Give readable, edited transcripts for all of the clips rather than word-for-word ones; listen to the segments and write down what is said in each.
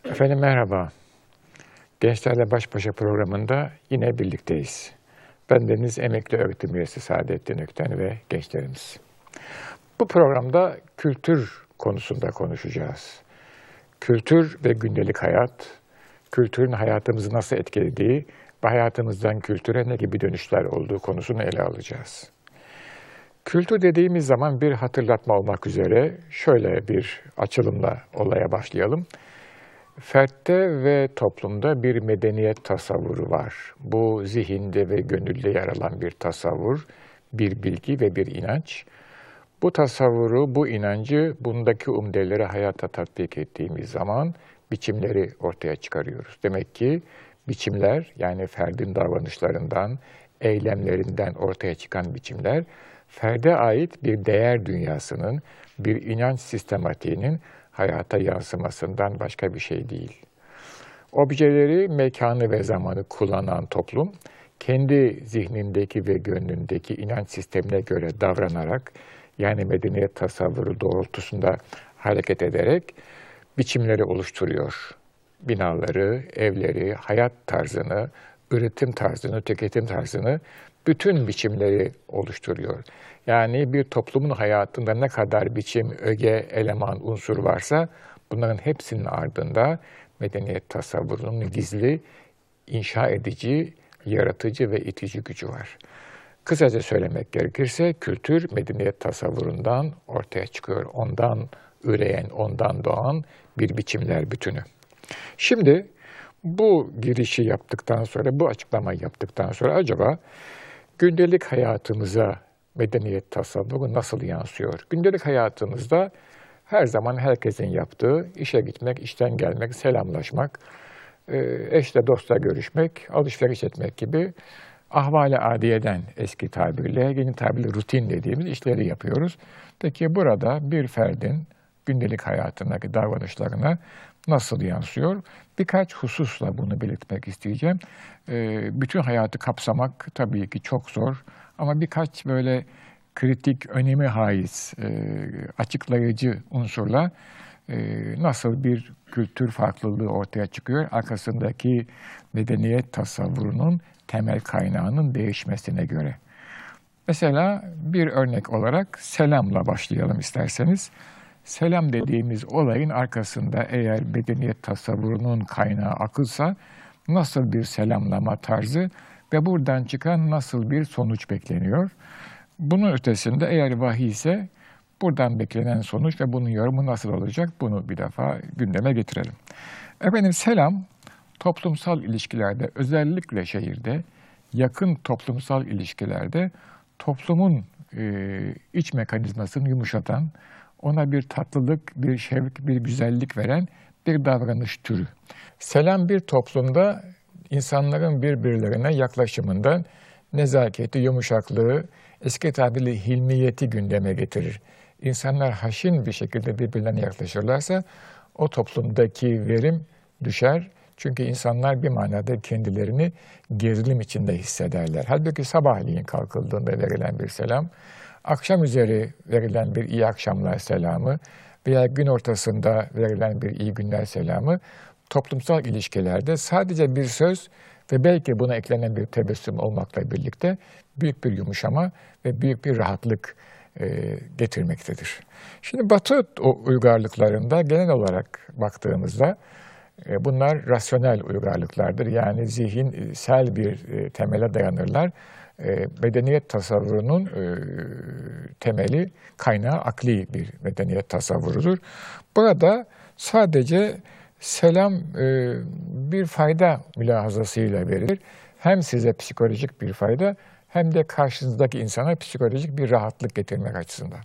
Efendim merhaba. Gençlerle Baş Başa programında yine birlikteyiz. Bendeniz emekli öğretim üyesi Saadettin Ökten ve gençlerimiz. Bu programda kültür konusunda konuşacağız. Kültür ve gündelik hayat, kültürün hayatımızı nasıl etkilediği ve hayatımızdan kültüre ne gibi dönüşler olduğu konusunu ele alacağız. Kültür dediğimiz zaman bir hatırlatma olmak üzere şöyle bir açılımla olaya başlayalım. Fertte ve toplumda bir medeniyet tasavvuru var. Bu zihinde ve gönülde yer alan bir tasavvur, bir bilgi ve bir inanç. Bu tasavvuru, bu inancı, bundaki umdeleri hayata tatbik ettiğimiz zaman biçimleri ortaya çıkarıyoruz. Demek ki biçimler, yani ferdin davranışlarından, eylemlerinden ortaya çıkan biçimler, ferde ait bir değer dünyasının, bir inanç sistematiğinin hayata yansımasından başka bir şey değil. Objeleri, mekanı ve zamanı kullanan toplum, kendi zihnindeki ve gönlündeki inanç sistemine göre davranarak, yani medeniyet tasavvuru doğrultusunda hareket ederek biçimleri oluşturuyor. Binaları, evleri, hayat tarzını, üretim tarzını, tüketim tarzını, bütün biçimleri oluşturuyor. Yani bir toplumun hayatında ne kadar biçim, öge, eleman, unsur varsa bunların hepsinin ardında medeniyet tasavvurunun gizli, inşa edici, yaratıcı ve itici gücü var. Kısaca söylemek gerekirse kültür medeniyet tasavvurundan ortaya çıkıyor. Ondan üreyen, ondan doğan bir biçimler bütünü. Şimdi bu girişi yaptıktan sonra, bu açıklamayı yaptıktan sonra acaba gündelik hayatımıza medeniyet tasavvuru nasıl yansıyor? Gündelik hayatımızda her zaman herkesin yaptığı işe gitmek, işten gelmek, selamlaşmak, eşle dostla görüşmek, alışveriş etmek gibi ahval-i adiyeden eski tabirle, yeni tabirle rutin dediğimiz işleri yapıyoruz. Peki burada bir ferdin gündelik hayatındaki davranışlarına nasıl yansıyor? Birkaç hususla bunu belirtmek isteyeceğim. Bütün hayatı kapsamak tabii ki çok zor ama birkaç böyle kritik, önemi haiz, açıklayıcı unsurla nasıl bir kültür farklılığı ortaya çıkıyor? Arkasındaki medeniyet tasavvurunun temel kaynağının değişmesine göre. Mesela bir örnek olarak selamla başlayalım isterseniz. Selam dediğimiz olayın arkasında eğer medeniyet tasavvurunun kaynağı akılsa nasıl bir selamlama tarzı ve buradan çıkan nasıl bir sonuç bekleniyor? Bunun ötesinde eğer vahiy ise buradan beklenen sonuç ve bunun yorumu nasıl olacak? Bunu bir defa gündeme getirelim. Efendim selam toplumsal ilişkilerde özellikle şehirde yakın toplumsal ilişkilerde toplumun iç mekanizmasını yumuşatan, ona bir tatlılık, bir şevk, bir güzellik veren bir davranış türü. Selam bir toplumda insanların birbirlerine yaklaşımından nezaketi, yumuşaklığı, eski tabirle hilmiyeti gündeme getirir. İnsanlar haşin bir şekilde birbirlerine yaklaşırlarsa o toplumdaki verim düşer. Çünkü insanlar bir manada kendilerini gerilim içinde hissederler. Halbuki sabahleyin kalkıldığında verilen bir selam, akşam üzeri verilen bir iyi akşamlar selamı veya gün ortasında verilen bir iyi günler selamı toplumsal ilişkilerde sadece bir söz ve belki buna eklenen bir tebessüm olmakla birlikte büyük bir yumuşama ve büyük bir rahatlık getirmektedir. Şimdi Batı uygarlıklarında genel olarak baktığımızda bunlar rasyonel uygarlıklardır. Yani zihinsel bir temele dayanırlar. Medeniyet tasavvurunun temeli, kaynağı akli bir medeniyet tasavvurudur. Burada sadece selam bir fayda mülahazasıyla verilir. Hem size psikolojik bir fayda hem de karşınızdaki insana psikolojik bir rahatlık getirmek açısından.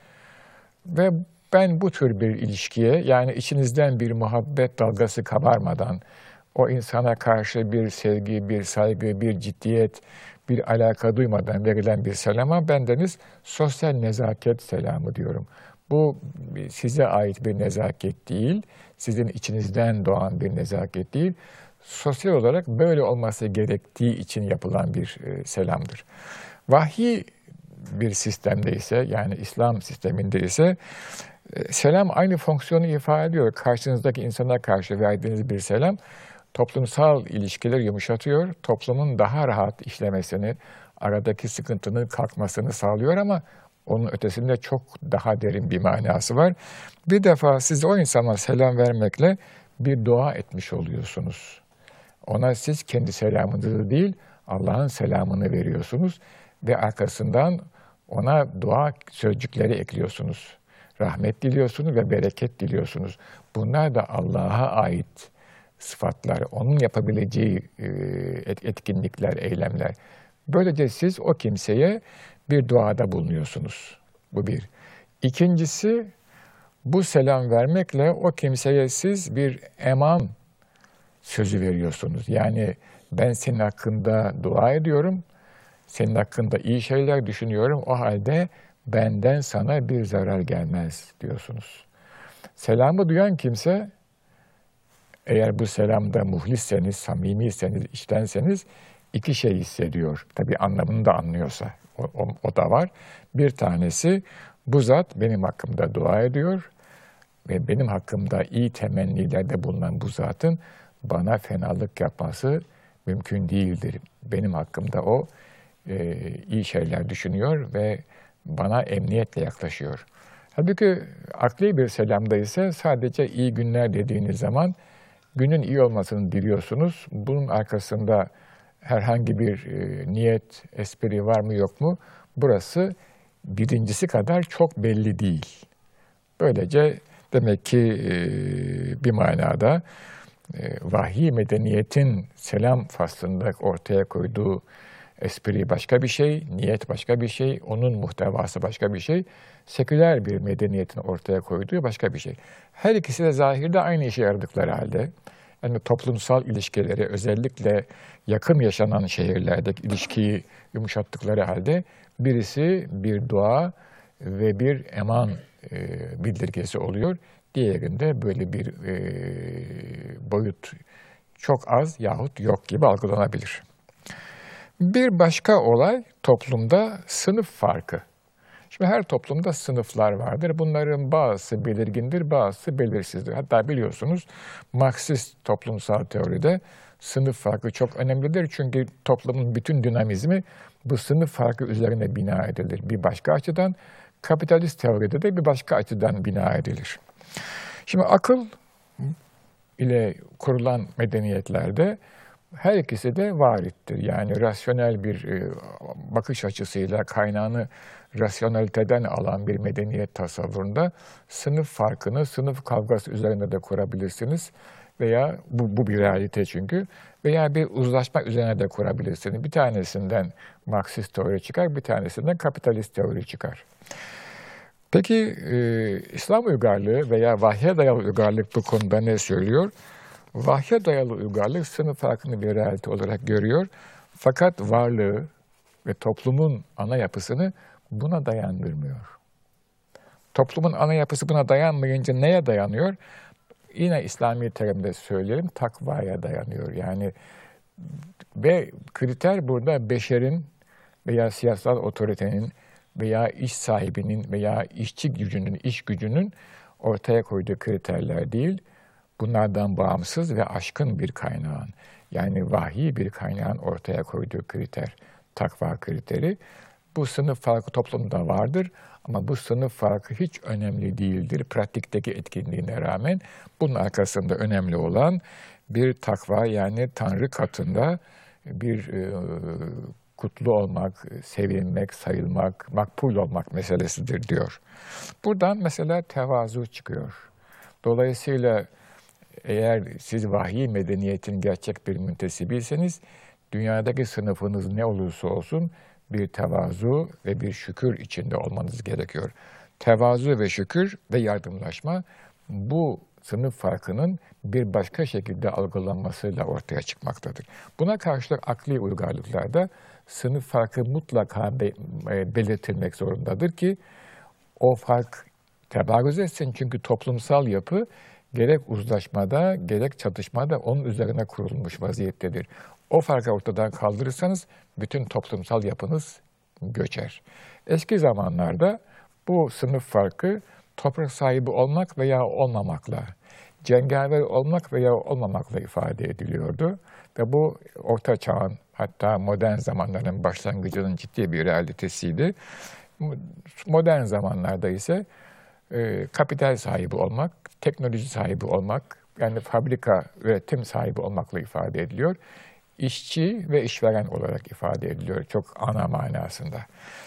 Ve ben bu tür bir ilişkiye, yani içinizden bir muhabbet dalgası kabarmadan, o insana karşı bir sevgi, bir saygı, bir ciddiyet, bir alaka duymadan verilen bir selama bendeniz sosyal nezaket selamı diyorum. Bu size ait bir nezaket değil, sizin içinizden doğan bir nezaket değil, sosyal olarak böyle olması gerektiği için yapılan bir selamdır. Vahiy bir sistemde ise, yani İslam sisteminde ise Selam aynı fonksiyonu ifade ediyor. Karşınızdaki insana karşı verdiğiniz bir selam toplumsal ilişkileri yumuşatıyor. Toplumun daha rahat işlemesini, aradaki sıkıntının kalkmasını sağlıyor ama onun ötesinde çok daha derin bir manası var. Bir defa siz o insana selam vermekle bir dua etmiş oluyorsunuz. Ona siz kendi selamınızı değil, Allah'ın selamını veriyorsunuz ve arkasından ona dua sözcükleri ekliyorsunuz. Rahmet diliyorsunuz ve bereket diliyorsunuz. Bunlar da Allah'a ait sıfatlar, onun yapabileceği etkinlikler, eylemler. Böylece siz o kimseye bir duada bulunuyorsunuz. Bu bir. İkincisi, bu selam vermekle o kimseye siz bir eman sözü veriyorsunuz. Yani ben senin hakkında dua ediyorum, senin hakkında iyi şeyler düşünüyorum, o halde benden sana bir zarar gelmez diyorsunuz. Selamı duyan kimse, eğer bu selamda muhlisseniz, samimiyseniz, içtenseniz iki şey hissediyor. Tabii anlamını da anlıyorsa o da var. Bir tanesi, bu zat benim hakkımda dua ediyor ve benim hakkımda iyi temennilerde bulunan bu zatın bana fenalık yapması mümkün değildir. Benim hakkımda o iyi şeyler düşünüyor ve bana emniyetle yaklaşıyor. Halbuki akli bir selamda ise sadece iyi günler dediğiniz zaman günün iyi olmasını diliyorsunuz. Bunun arkasında herhangi bir niyet, espri var mı yok mu? Burası birincisi kadar çok belli değil. Böylece demek ki bir manada vahiy medeniyetin selam faslında ortaya koyduğu espri başka bir şey, niyet başka bir şey, onun muhtevası başka bir şey, seküler bir medeniyetin ortaya koyduğu başka bir şey. Her ikisi de zahirde aynı işe yaradıkları halde, yani toplumsal ilişkileri, özellikle yakın yaşanan şehirlerdeki ilişkiyi yumuşattıkları halde, birisi bir dua ve bir eman bildirgesi oluyor. Diğerinde böyle bir boyut çok az yahut yok gibi algılanabilir. Bir başka olay toplumda sınıf farkı. Şimdi her toplumda sınıflar vardır. Bunların bazısı belirgindir, bazısı belirsizdir. Hatta biliyorsunuz Marksist toplumsal teoride sınıf farkı çok önemlidir. Çünkü toplumun bütün dinamizmi bu sınıf farkı üzerine bina edilir. Bir başka açıdan, kapitalist teoride de bir başka açıdan bina edilir. Şimdi akıl ile kurulan medeniyetlerde her ikisi de varittir. Yani rasyonel bir bakış açısıyla kaynağını rasyonaliteden alan bir medeniyet tasavvurunda sınıf farkını, sınıf kavgası üzerine de kurabilirsiniz. Veya bu bir realite çünkü. Veya bir uzlaşma üzerine de kurabilirsiniz. Bir tanesinden Marksist teori çıkar, bir tanesinden kapitalist teori çıkar. Peki İslam uygarlığı veya vahye dayalı uygarlık bu konuda ne söylüyor? Vahye dayalı uygarlık sınıf farkını bir realite olarak görüyor. Fakat varlığı ve toplumun ana yapısını buna dayandırmıyor. Toplumun ana yapısı buna dayanmayınca neye dayanıyor? Yine İslami terimde söyleyelim, takvaya dayanıyor. Yani ve kriter burada beşerin veya siyasal otoritenin veya iş sahibinin veya işçi gücünün, iş gücünün ortaya koyduğu kriterler değil, bunlardan bağımsız ve aşkın bir kaynağın, yani vahiy bir kaynağın ortaya koyduğu kriter, takva kriteri. Bu sınıf farkı toplumda vardır ama bu sınıf farkı hiç önemli değildir. Pratikteki etkinliğine rağmen bunun arkasında önemli olan bir takva, yani Tanrı katında bir kutlu olmak, sevilmek, sayılmak, makbul olmak meselesidir diyor. Buradan mesela tevazu çıkıyor. Dolayısıyla eğer siz vahiy medeniyetin gerçek bir müntesibiyseniz, dünyadaki sınıfınız ne olursa olsun bir tevazu ve bir şükür içinde olmanız gerekiyor. Tevazu ve şükür ve yardımlaşma bu sınıf farkının bir başka şekilde algılanmasıyla ortaya çıkmaktadır. Buna karşılık akli uygarlıklarda sınıf farkı mutlaka belirtilmek zorundadır ki o fark tebarüz etsin. Çünkü toplumsal yapı gerek uzlaşmada gerek çatışmada onun üzerine kurulmuş vaziyettedir. O farkı ortadan kaldırırsanız bütün toplumsal yapınız göçer. Eski zamanlarda bu sınıf farkı toprak sahibi olmak veya olmamakla, cengaver olmak veya olmamakla ifade ediliyordu. Ve bu Orta Çağ'ın, hatta modern zamanların başlangıcının ciddi bir realitesiydi. Modern zamanlarda ise kapital sahibi olmak, teknoloji sahibi olmak, yani fabrika, üretim sahibi olmakla ifade ediliyor. İşçi ve işveren olarak ifade ediliyor çok ana manasında.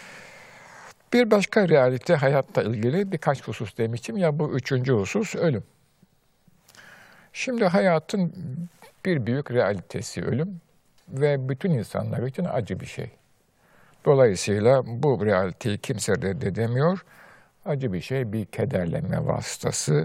Bir başka realite hayatta ilgili birkaç husus demiştim ya, bu üçüncü husus ölüm. Şimdi hayatın bir büyük realitesi ölüm ve bütün insanlar için acı bir şey. Dolayısıyla bu realiteyi kimse reddedemiyor. Acı bir şey, bir kederlenme vasıtası,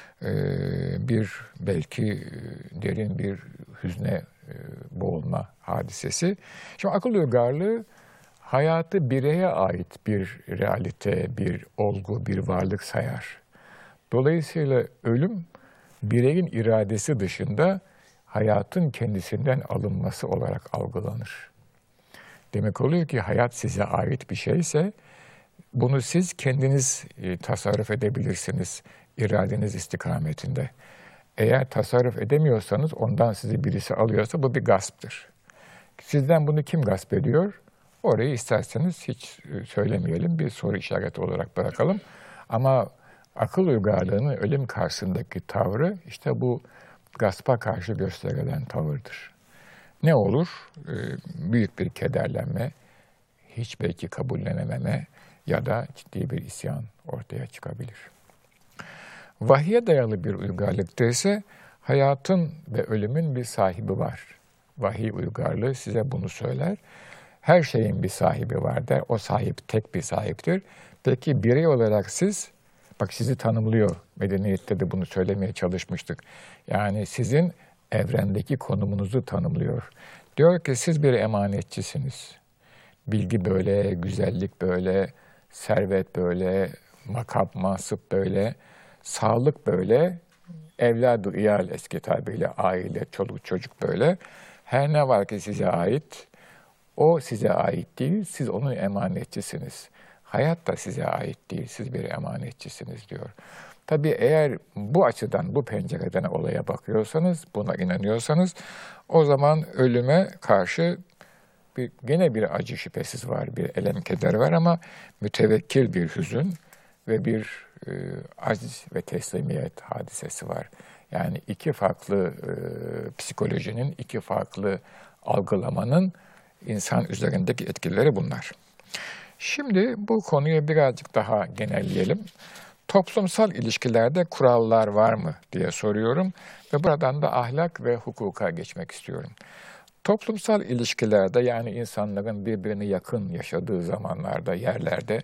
bir belki derin bir hüzne boğulma hadisesi. Şimdi akıl uygarlığı hayatı bireye ait bir realite, bir olgu, bir varlık sayar. Dolayısıyla ölüm bireyin iradesi dışında hayatın kendisinden alınması olarak algılanır. Demek oluyor ki hayat size ait bir şeyse bunu siz kendiniz tasarruf edebilirsiniz iradeniz istikametinde. Eğer tasarruf edemiyorsanız, ondan sizi birisi alıyorsa bu bir gasptır. Sizden bunu kim gasp ediyor? Orayı isterseniz hiç söylemeyelim, bir soru işareti olarak bırakalım. Ama akıl uygarlığının ölüm karşısındaki tavrı işte bu gaspa karşı gösterilen tavırdır. Ne olur? Büyük bir kederlenme, hiç belki kabullenememe ya da ciddi bir isyan ortaya çıkabilir. Vahye dayalı bir uygarlıkta ise hayatın ve ölümün bir sahibi var. Vahiy uygarlığı size bunu söyler. Her şeyin bir sahibi var der. O sahip tek bir sahiptir. Peki birey olarak siz, bak sizi tanımlıyor. Medeniyette de bunu söylemeye çalışmıştık. Yani sizin evrendeki konumunuzu tanımlıyor. Diyor ki siz bir emanetçisiniz. Bilgi böyle, güzellik böyle, servet böyle, makam, mansıp böyle, sağlık böyle, evladı iyal eski tabiriyle aile, çoluk çocuk böyle. Her ne var ki size ait, o size ait değil, siz onun emanetçisiniz. Hayat da size ait değil, siz bir emanetçisiniz diyor. Tabii eğer bu açıdan, bu pencereden olaya bakıyorsanız, buna inanıyorsanız, o zaman ölüme karşı gene bir acı şüphesiz var, bir elem keder var ama mütevekkil bir hüzün ve bir aciz ve teslimiyet hadisesi var. Yani iki farklı psikolojinin, iki farklı algılamanın insan üzerindeki etkileri bunlar. Şimdi bu konuyu birazcık daha genelleyelim. Toplumsal ilişkilerde kurallar var mı diye soruyorum ve buradan da ahlak ve hukuka geçmek istiyorum. Toplumsal ilişkilerde, yani insanların birbirine yakın yaşadığı zamanlarda, yerlerde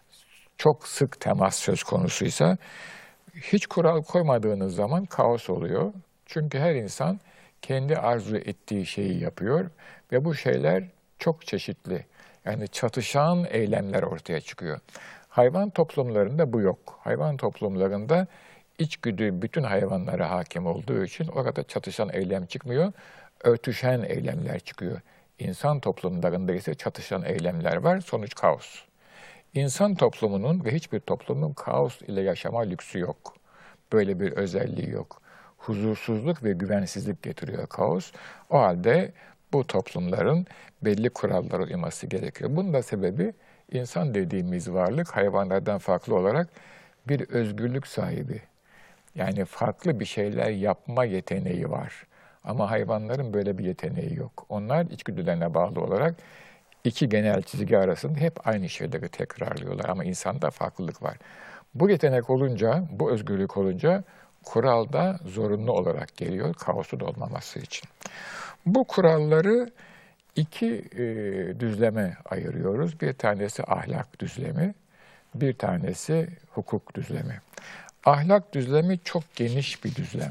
çok sık temas söz konusuysa hiç kural koymadığınız zaman kaos oluyor. Çünkü her insan kendi arzu ettiği şeyi yapıyor ve bu şeyler çok çeşitli. Yani çatışan eylemler ortaya çıkıyor. Hayvan toplumlarında bu yok. Hayvan toplumlarında içgüdü bütün hayvanlara hakim olduğu için orada çatışan eylem çıkmıyor, örtüşen eylemler çıkıyor. İnsan toplumlarında ise çatışan eylemler var, sonuç kaos. İnsan toplumunun ve hiçbir toplumun kaos ile yaşama lüksü yok. Böyle bir özelliği yok. Huzursuzluk ve güvensizlik getiriyor kaos. O halde bu toplumların belli kurallara uyması gerekiyor. Bunun da sebebi insan dediğimiz varlık hayvanlardan farklı olarak bir özgürlük sahibi. Yani farklı bir şeyler yapma yeteneği var. Ama hayvanların böyle bir yeteneği yok. Onlar içgüdülerine bağlı olarak iki genel çizgi arasında hep aynı şeyleri tekrarlıyorlar ama insanda farklılık var. Bu yetenek olunca, bu özgürlük olunca kural da zorunlu olarak geliyor kaosun olmaması için. Bu kuralları iki düzleme ayırıyoruz. Bir tanesi ahlak düzlemi, bir tanesi hukuk düzlemi. Ahlak düzlemi çok geniş bir düzlem.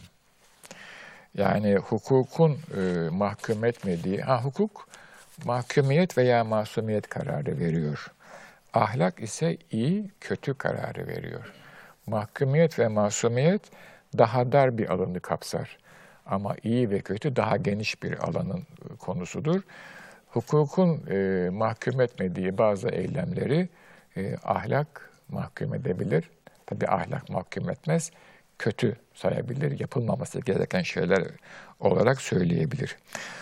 Yani hukukun mahkum etmediği, hukuk mahkumiyet veya masumiyet kararı veriyor. Ahlak ise iyi, kötü kararı veriyor. Mahkumiyet ve masumiyet daha dar bir alanı kapsar. Ama iyi ve kötü daha geniş bir alanın konusudur. Hukukun mahkum etmediği bazı eylemleri ahlak mahkum edebilir. Tabii ahlak mahkum etmez, kötü sayabilir, yapılmaması gereken şeyler olarak söyleyebilir.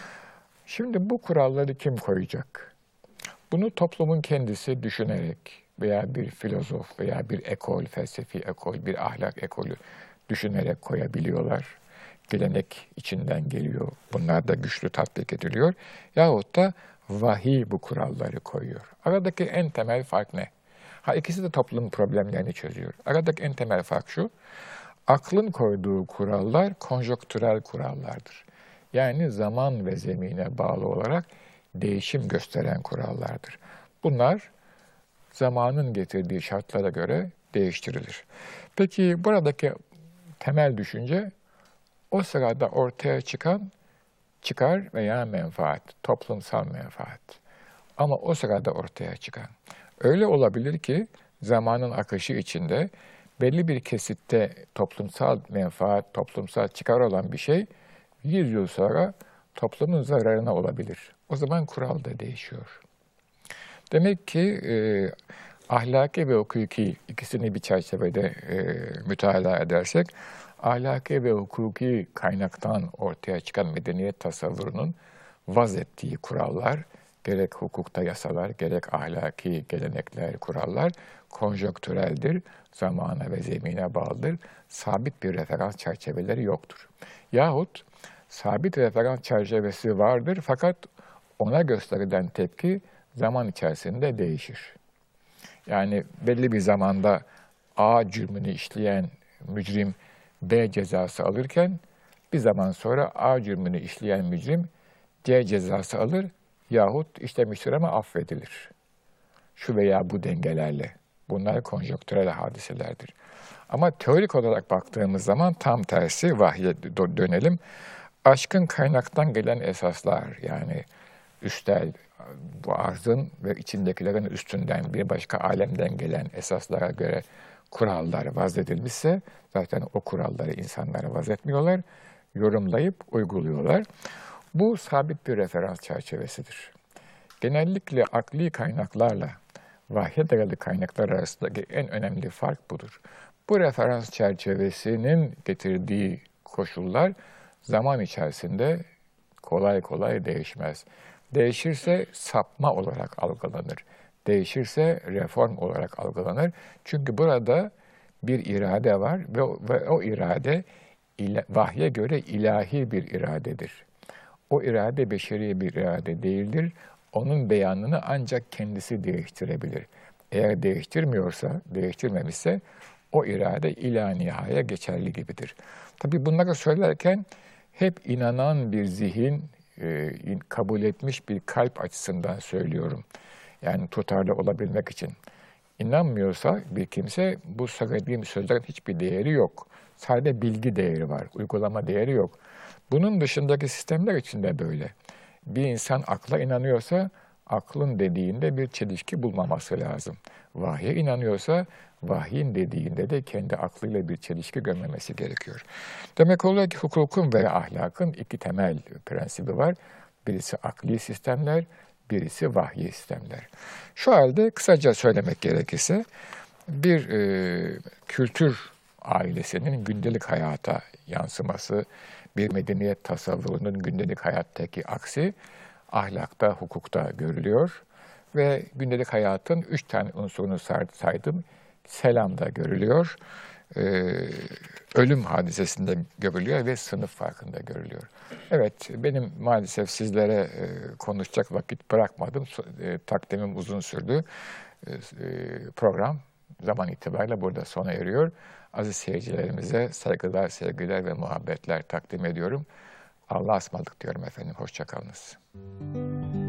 Şimdi bu kuralları kim koyacak? Bunu toplumun kendisi düşünerek veya bir filozof veya bir ekol, felsefi ekol, bir ahlak ekolü düşünerek koyabiliyorlar. Gelenek içinden geliyor. Bunlar da güçlü tatbik ediliyor. Yahut da vahiy bu kuralları koyuyor. Aradaki en temel fark ne? İkisi de toplumun problemlerini çözüyor. Aradaki en temel fark şu: aklın koyduğu kurallar konjonktürel kurallardır. Yani zaman ve zemine bağlı olarak değişim gösteren kurallardır. Bunlar zamanın getirdiği şartlara göre değiştirilir. Peki buradaki temel düşünce o sırada ortaya çıkan çıkar veya menfaat, toplumsal menfaat. Ama o sırada ortaya çıkan. Öyle olabilir ki zamanın akışı içinde belli bir kesitte toplumsal menfaat, toplumsal çıkar olan bir şey 100 yıl sonra toplumun zararına olabilir. O zaman kural da değişiyor. Demek ki ahlaki ve hukuki ikisini bir çerçevede mütalaa edersek, ahlaki ve hukuki kaynaktan ortaya çıkan medeniyet tasavvurunun vaz ettiği kurallar, gerek hukukta yasalar, gerek ahlaki gelenekler, kurallar konjonktüreldir, zamana ve zemine bağlıdır. Sabit bir referans çerçeveleri yoktur. Yahut sabit referans çerçevesi vardır fakat ona gösterilen tepki zaman içerisinde değişir. Yani belli bir zamanda A cürmünü işleyen mücrim B cezası alırken bir zaman sonra A cürmünü işleyen mücrim C cezası alır yahut işlemiştir ama affedilir. Şu veya bu dengelerle. Bunlar konjonktürel hadiselerdir. Ama teorik olarak baktığımız zaman tam tersi, vahye dönelim. Aşkın kaynaktan gelen esaslar, yani üstel, bu arzın ve içindekilerin üstünden bir başka alemden gelen esaslara göre kurallar vazedilmişse zaten o kuralları insanlara vazetmiyorlar, yorumlayıp uyguluyorlar. Bu sabit bir referans çerçevesidir. Genellikle akli kaynaklarla vahye dayalı kaynaklar arasındaki en önemli fark budur. Bu referans çerçevesinin getirdiği koşullar zaman içerisinde kolay kolay değişmez. Değişirse sapma olarak algılanır. Değişirse reform olarak algılanır. Çünkü burada bir irade var ve o irade vahye göre ilahi bir iradedir. O irade beşeri bir irade değildir. Onun beyanını ancak kendisi değiştirebilir. Eğer değiştirmemişse o irade ila nihaya geçerli gibidir. Tabii bunları söylerken hep inanan bir zihin, kabul etmiş bir kalp açısından söylüyorum. Yani tutarlı olabilmek için. İnanmıyorsa bir kimse bu söylediğim sözlerin hiçbir değeri yok. Sadece bilgi değeri var, uygulama değeri yok. Bunun dışındaki sistemler için de böyle. Bir insan akla inanıyorsa aklın dediğinde bir çelişki bulmaması lazım. Vahye inanıyorsa vahyin dediğinde de kendi aklıyla bir çelişki görmemesi gerekiyor. Demek oluyor ki hukukun ve ahlakın iki temel prensibi var. Birisi akli sistemler, birisi vahyi sistemler. Şu halde kısaca söylemek gerekirse bir kültür ailesinin gündelik hayata yansıması, bir medeniyet tasavvurunun gündelik hayattaki aksi ahlakta, hukukta görülüyor ve gündelik hayatın 3 tane unsurunu saydım. Selamda görülüyor, ölüm hadisesinde görülüyor ve sınıf farkında görülüyor. Evet, benim maalesef sizlere konuşacak vakit bırakmadım. Takdimim uzun sürdü. Program zaman itibariyle burada sona eriyor. Aziz seyircilerimize saygılar, sevgiler ve muhabbetler takdim ediyorum. Allah'a ısmarladık diyorum efendim. Hoşça kalınız.